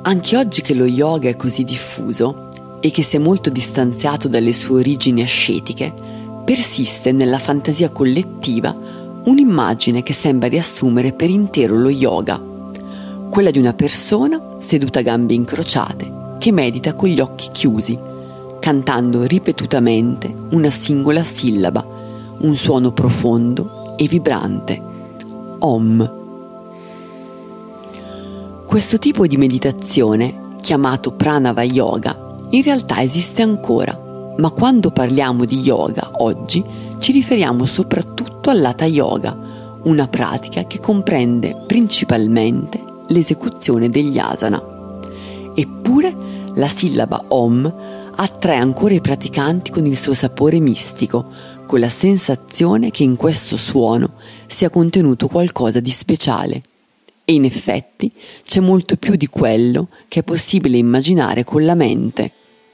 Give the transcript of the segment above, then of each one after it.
Anche oggi che lo yoga è così diffuso e che si è molto distanziato dalle sue origini ascetiche, persiste nella fantasia collettiva un'immagine che sembra riassumere per intero lo yoga, quella di una persona seduta a gambe incrociate che medita con gli occhi chiusi, cantando ripetutamente una singola sillaba, un suono profondo e vibrante, Om. Questo tipo di meditazione, chiamato Pranava Yoga, in realtà esiste ancora, ma quando parliamo di yoga oggi ci riferiamo soprattutto all'Hatha Yoga, una pratica che comprende principalmente l'esecuzione degli asana. Eppure la sillaba Om attrae ancora i praticanti con il suo sapore mistico, con la sensazione che in questo suono sia contenuto qualcosa di speciale. E in effetti c'è molto più di quello che è possibile immaginare con la mente.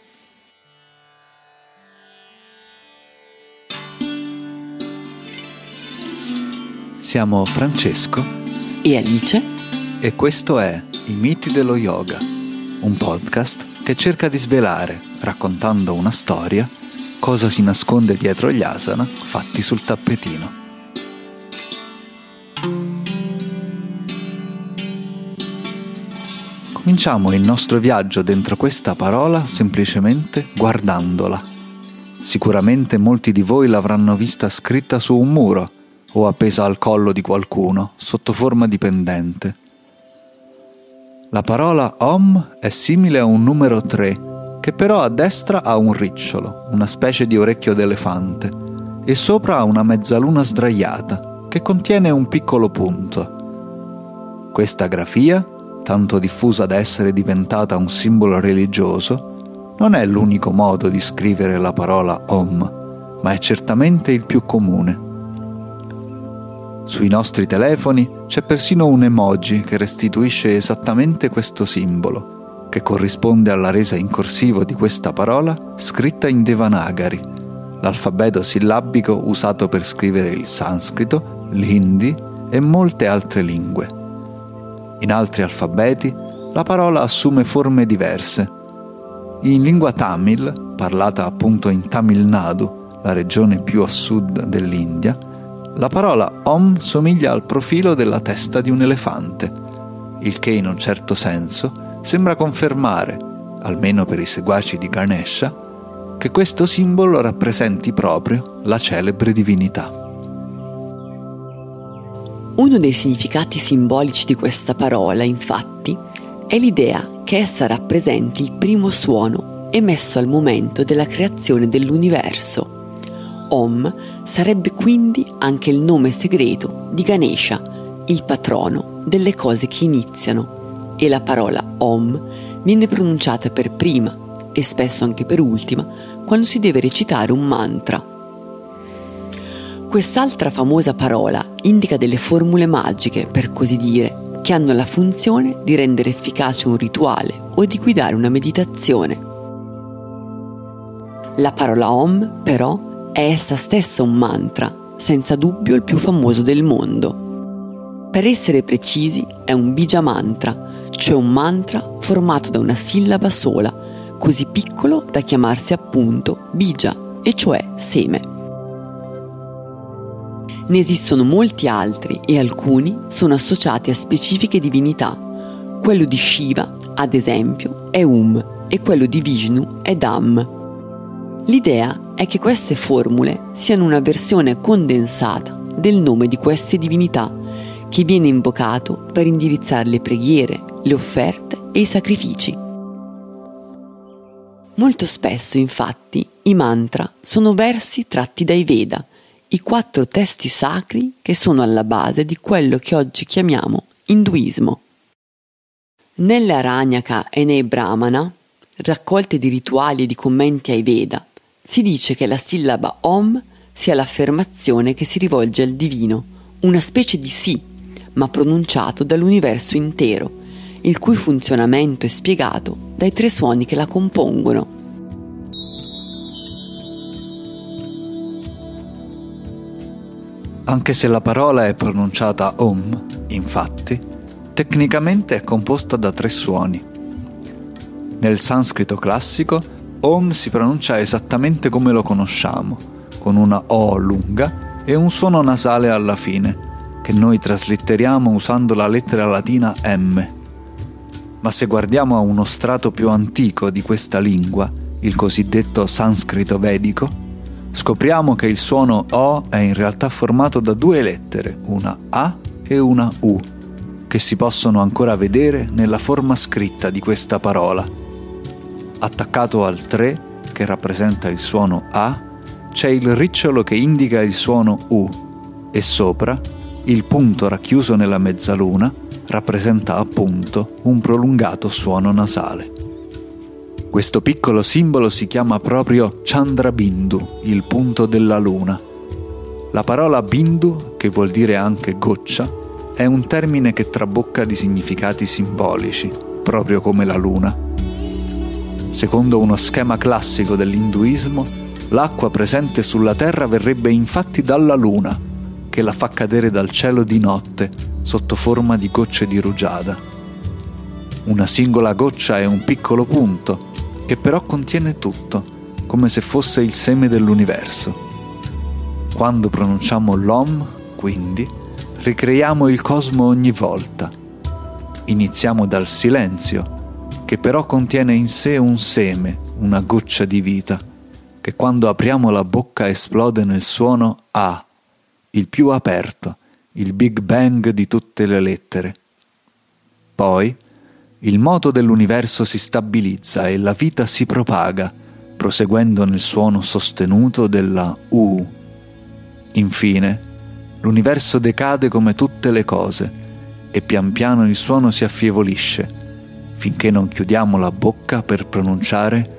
Siamo Francesco e Alice e questo è I miti dello yoga, un podcast che cerca di svelare, raccontando una storia, cosa si nasconde dietro gli asana fatti sul tappetino. Cominciamo il nostro viaggio dentro questa parola semplicemente guardandola. Sicuramente molti di voi l'avranno vista scritta su un muro o appesa al collo di qualcuno sotto forma di pendente. La parola Om è simile a un numero 3, che però a destra ha un ricciolo, una specie di orecchio d'elefante, e sopra ha una mezzaluna sdraiata che contiene un piccolo punto. Questa grafia, tanto diffusa da essere diventata un simbolo religioso, non è l'unico modo di scrivere la parola Om, ma è certamente il più comune. Sui nostri telefoni c'è persino un emoji che restituisce esattamente questo simbolo, che corrisponde alla resa in corsivo di questa parola scritta in Devanagari, l'alfabeto sillabico usato per scrivere il sanscrito, l'hindi e molte altre lingue. In altri alfabeti la parola assume forme diverse. In lingua Tamil, parlata appunto in Tamil Nadu, la regione più a sud dell'India, la parola Om somiglia al profilo della testa di un elefante, il che in un certo senso sembra confermare, almeno per i seguaci di Ganesha, che questo simbolo rappresenti proprio la celebre divinità. Uno dei significati simbolici di questa parola, infatti, è l'idea che essa rappresenti il primo suono emesso al momento della creazione dell'universo. Om sarebbe quindi anche il nome segreto di Ganesha, il patrono delle cose che iniziano, e la parola Om viene pronunciata per prima e spesso anche per ultima quando si deve recitare un mantra. Quest'altra famosa parola indica delle formule magiche, per così dire, che hanno la funzione di rendere efficace un rituale o di guidare una meditazione. La parola Om, però, è essa stessa un mantra, senza dubbio il più famoso del mondo. Per essere precisi, è un bija mantra, cioè un mantra formato da una sillaba sola, così piccolo da chiamarsi appunto bija, e cioè seme. Ne esistono molti altri e alcuni sono associati a specifiche divinità. Quello di Shiva, ad esempio, è e quello di Vishnu è Dham. L'idea è che queste formule siano una versione condensata del nome di queste divinità, che viene invocato per indirizzare le preghiere, le offerte e i sacrifici. Molto spesso, infatti, i mantra sono versi tratti dai Veda, i 4 testi sacri che sono alla base di quello che oggi chiamiamo induismo. Nelle Aranyaka e nei Brahmana, raccolte di rituali e di commenti ai Veda, si dice che la sillaba Om sia l'affermazione che si rivolge al divino, una specie di sì, ma pronunciato dall'universo intero, il cui funzionamento è spiegato dai 3 suoni che la compongono. Anche se la parola è pronunciata Om, infatti, tecnicamente è composta da 3 suoni, Nel sanscrito classico, Om si pronuncia esattamente come lo conosciamo, con una O lunga e un suono nasale alla fine, che noi traslitteriamo usando la lettera latina M. Ma se guardiamo a uno strato più antico di questa lingua, il cosiddetto sanscrito vedico, scopriamo che il suono O è in realtà formato da due lettere, una A e una U, che si possono ancora vedere nella forma scritta di questa parola. Attaccato al 3, che rappresenta il suono A, c'è il ricciolo che indica il suono U e sopra il punto racchiuso nella mezzaluna rappresenta appunto un prolungato suono nasale. Questo piccolo simbolo si chiama proprio Chandra Bindu, il punto della luna. La parola Bindu, che vuol dire anche goccia, è un termine che trabocca di significati simbolici, proprio come la luna. Secondo uno schema classico dell'induismo, l'acqua presente sulla terra verrebbe infatti dalla luna, che la fa cadere dal cielo di notte sotto forma di gocce di rugiada. Una singola goccia è un piccolo punto, che però contiene tutto, come se fosse il seme dell'universo. Quando pronunciamo l'Om, quindi, ricreiamo il cosmo ogni volta. Iniziamo dal silenzio, che però contiene in sé un seme, una goccia di vita, che quando apriamo la bocca esplode nel suono A, il più aperto, il Big Bang di tutte le lettere. Poi il moto dell'universo si stabilizza e la vita si propaga, proseguendo nel suono sostenuto della U. Infine, l'universo decade come tutte le cose e pian piano il suono si affievolisce, finché non chiudiamo la bocca per pronunciare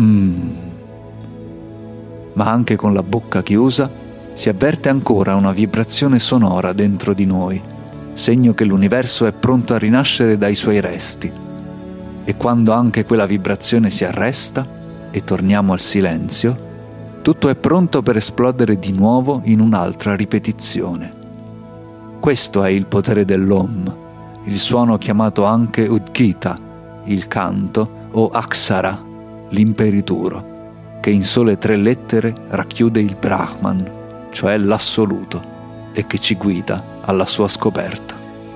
Ma anche con la bocca chiusa si avverte ancora una vibrazione sonora dentro di noi, segno che l'universo è pronto a rinascere dai suoi resti. E quando anche quella vibrazione si arresta e torniamo al silenzio, tutto è pronto per esplodere di nuovo in un'altra ripetizione. Questo è il potere dell'Om, il suono chiamato anche Udgita, il canto, o Aksara, l'imperituro, che in sole 3 lettere racchiude il Brahman, cioè l'assoluto, e che ci guida alla sua scoperta.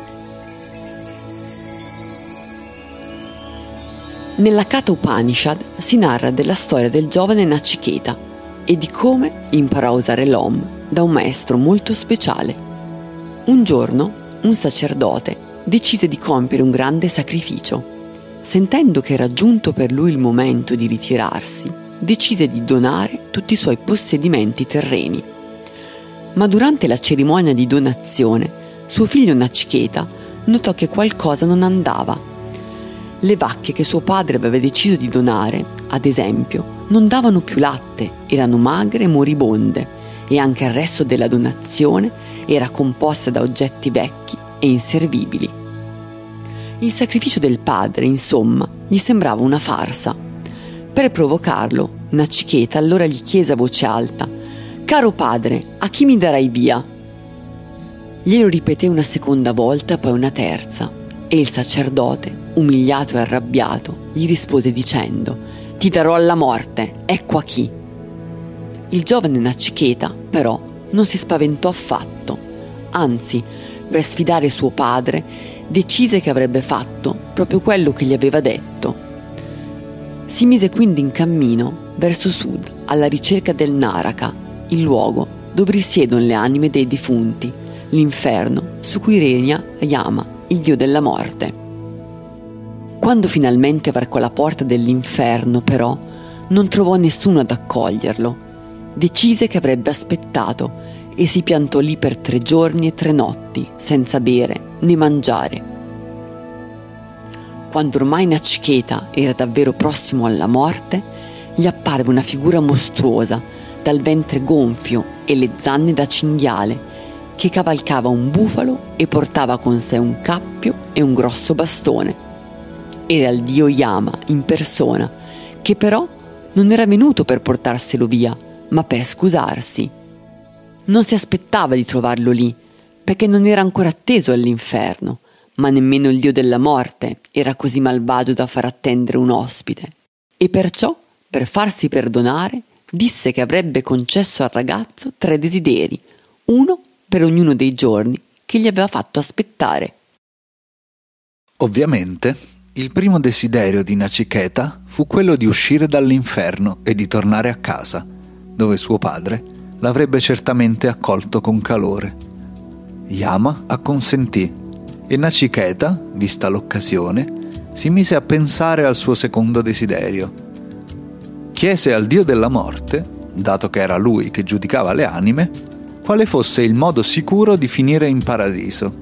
Nella Katha Upanishad si narra della storia del giovane Nachiketa e di come imparò a usare l'Om da un maestro molto speciale. Un giorno un sacerdote decise di compiere un grande sacrificio. Sentendo che era giunto per lui il momento di ritirarsi, decise di donare tutti i suoi possedimenti terreni. Ma durante la cerimonia di donazione, suo figlio Nachiketa notò che qualcosa non andava. Le vacche che suo padre aveva deciso di donare, ad esempio, non davano più latte, erano magre e moribonde, e anche il resto della donazione era composta da oggetti vecchi e inservibili. Il sacrificio del padre, insomma, gli sembrava una farsa. Per provocarlo, Nachiketa allora gli chiese a voce alta: «Caro padre, a chi mi darai via?» Glielo ripeté una seconda volta, poi una terza, e il sacerdote, umiliato e arrabbiato, gli rispose dicendo: «Ti darò alla morte, ecco a chi!» Il giovane Nachiketa, però, non si spaventò affatto. Anzi, per sfidare suo padre, decise che avrebbe fatto proprio quello che gli aveva detto. Si mise quindi in cammino verso sud alla ricerca del Naraka, il luogo dove risiedono le anime dei defunti, l'inferno su cui regna Yama, il dio della morte. Quando finalmente varcò la porta dell'inferno, però, non trovò nessuno ad accoglierlo. Decise che avrebbe aspettato e si piantò lì per 3 giorni e 3 notti, senza bere né mangiare. Quando ormai Nachiketa era davvero prossimo alla morte, gli apparve una figura mostruosa, dal ventre gonfio e le zanne da cinghiale, che cavalcava un bufalo e portava con sé un cappio e un grosso bastone. Era il dio Yama in persona, che però non era venuto per portarselo via, ma per scusarsi. Non si aspettava di trovarlo lì, perché non era ancora atteso all'inferno, ma nemmeno il dio della morte era così malvagio da far attendere un ospite, e perciò, per farsi perdonare, disse che avrebbe concesso al ragazzo 3 desideri, uno per ognuno dei giorni che gli aveva fatto aspettare. Ovviamente, il primo desiderio di Nacicheta fu quello di uscire dall'inferno e di tornare a casa, dove suo padre l'avrebbe certamente accolto con calore. Yama acconsentì e Nacicheta, vista l'occasione, si mise a pensare al suo secondo desiderio. Chiese al dio della morte, dato che era lui che giudicava le anime, quale fosse il modo sicuro di finire in paradiso.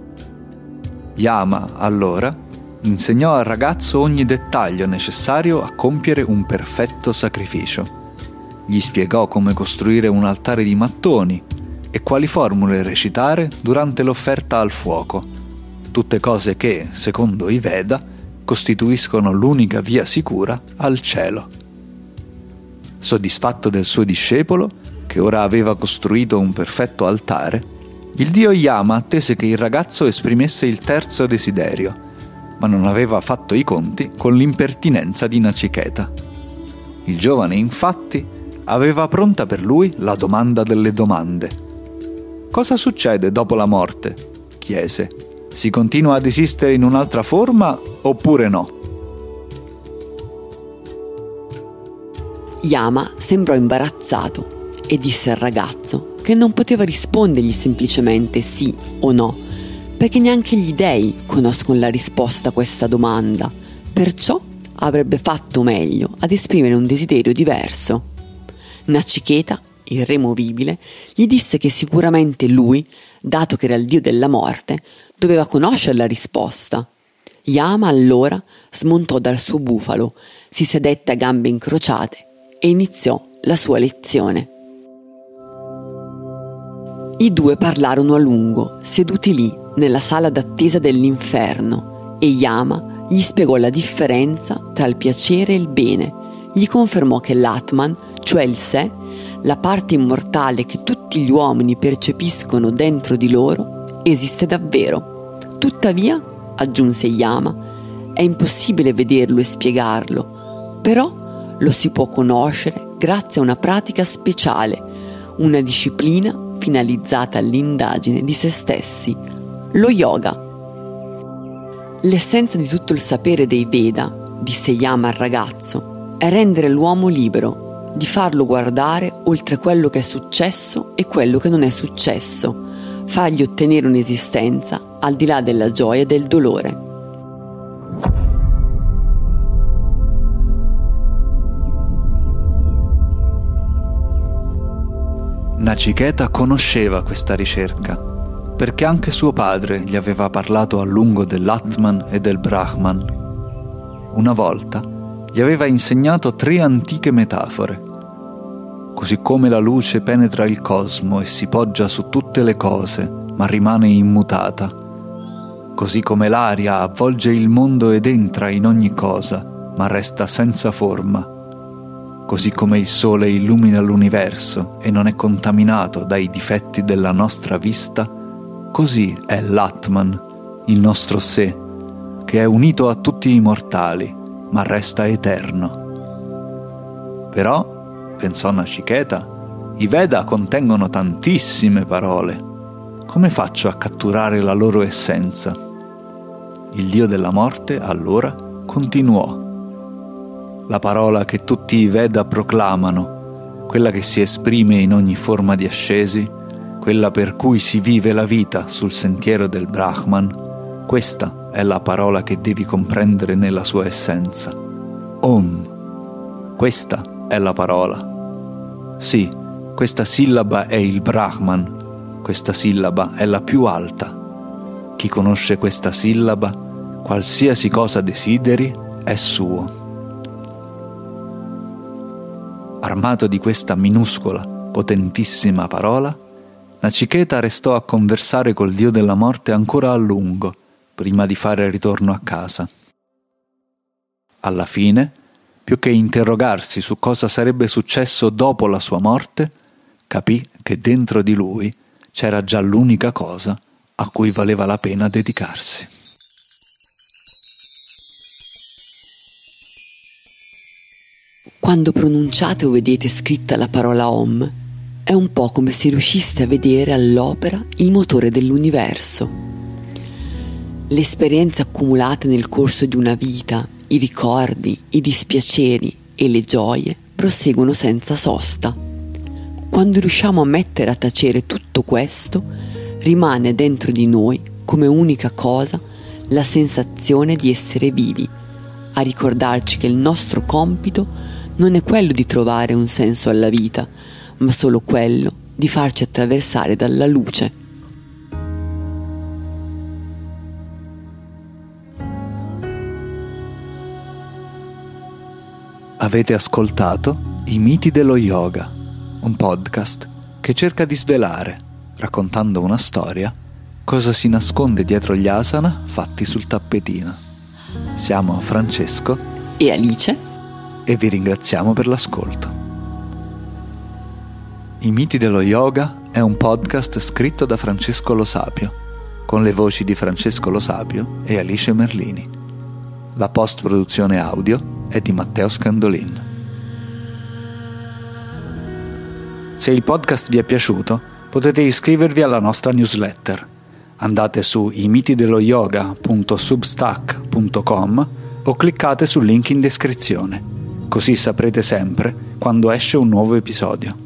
Yama, allora, insegnò al ragazzo ogni dettaglio necessario a compiere un perfetto sacrificio. Gli spiegò come costruire un altare di mattoni e quali formule recitare durante l'offerta al fuoco, tutte cose che, secondo i Veda, costituiscono l'unica via sicura al cielo. Soddisfatto del suo discepolo, che ora aveva costruito un perfetto altare, il dio Yama attese che il ragazzo esprimesse il terzo desiderio, ma non aveva fatto i conti con l'impertinenza di Nacicheta. Il giovane, infatti, aveva pronta per lui la domanda delle domande. «Cosa succede dopo la morte?» chiese. «Si continua ad esistere in un'altra forma oppure no?» Yama sembrò imbarazzato e disse al ragazzo che non poteva rispondergli semplicemente sì o no, perché neanche gli dei conoscono la risposta a questa domanda, perciò avrebbe fatto meglio ad esprimere un desiderio diverso. Nacicheta, irremovibile, gli disse che sicuramente lui, dato che era il dio della morte, doveva conoscere la risposta. Yama allora smontò dal suo bufalo, si sedette a gambe incrociate e iniziò la sua lezione. I due parlarono a lungo, seduti lì, nella sala d'attesa dell'inferno, e Yama gli spiegò la differenza tra il piacere e il bene, gli confermò che l'Atman, cioè il sé, la parte immortale che tutti gli uomini percepiscono dentro di loro, esiste davvero. Tuttavia, aggiunse Yama, è impossibile vederlo e spiegarlo, però lo si può conoscere grazie a una pratica speciale, una disciplina finalizzata all'indagine di se stessi, lo yoga. L'essenza di tutto il sapere dei Veda, disse Yama al ragazzo, è rendere l'uomo libero, di farlo guardare oltre quello che è successo e quello che non è successo, fargli ottenere un'esistenza al di là della gioia e del dolore. Nacicheta conosceva questa ricerca, perché anche suo padre gli aveva parlato a lungo dell'Atman e del Brahman. Una volta gli aveva insegnato 3 antiche metafore. Così come la luce penetra il cosmo e si poggia su tutte le cose, ma rimane immutata, così come l'aria avvolge il mondo ed entra in ogni cosa, ma resta senza forma, così come il sole illumina l'universo e non è contaminato dai difetti della nostra vista, così è l'Atman, il nostro sé, che è unito a tutti i mortali, ma resta eterno. Però, pensò Nacicheta, i Veda contengono tantissime parole. Come faccio a catturare la loro essenza? Il dio della morte, allora, continuò. La parola che tutti i Veda proclamano, quella che si esprime in ogni forma di ascesi, quella per cui si vive la vita sul sentiero del Brahman, questa è la parola che devi comprendere nella sua essenza. Om. Questa è la parola. Sì, questa sillaba è il Brahman, questa sillaba è la più alta. Chi conosce questa sillaba, qualsiasi cosa desideri, è suo. Armato di questa minuscola, potentissima parola, Nacicheta restò a conversare col dio della morte ancora a lungo, prima di fare ritorno a casa. Alla fine, più che interrogarsi su cosa sarebbe successo dopo la sua morte, capì che dentro di lui c'era già l'unica cosa a cui valeva la pena dedicarsi. Quando pronunciate o vedete scritta la parola Om, è un po' come se riusciste a vedere all'opera il motore dell'universo. Le esperienze accumulate nel corso di una vita, i ricordi, i dispiaceri e le gioie proseguono senza sosta. Quando riusciamo a mettere a tacere tutto questo, rimane dentro di noi come unica cosa la sensazione di essere vivi, a ricordarci che il nostro compito non è quello di trovare un senso alla vita, ma solo quello di farci attraversare dalla luce. Avete ascoltato I miti dello yoga, un podcast che cerca di svelare, raccontando una storia, cosa si nasconde dietro gli asana fatti sul tappetino. Siamo Francesco E Alice? E vi ringraziamo per l'ascolto. I miti dello yoga è un podcast scritto da Francesco Lo Sapio, con le voci di Francesco Lo Sapio e Alice Merlini. La post-produzione audio è di Matteo Scandolin. Se il podcast vi è piaciuto, potete iscrivervi alla nostra newsletter. Andate su imitidelloyoga.substack.com o cliccate sul link in descrizione. Così saprete sempre quando esce un nuovo episodio.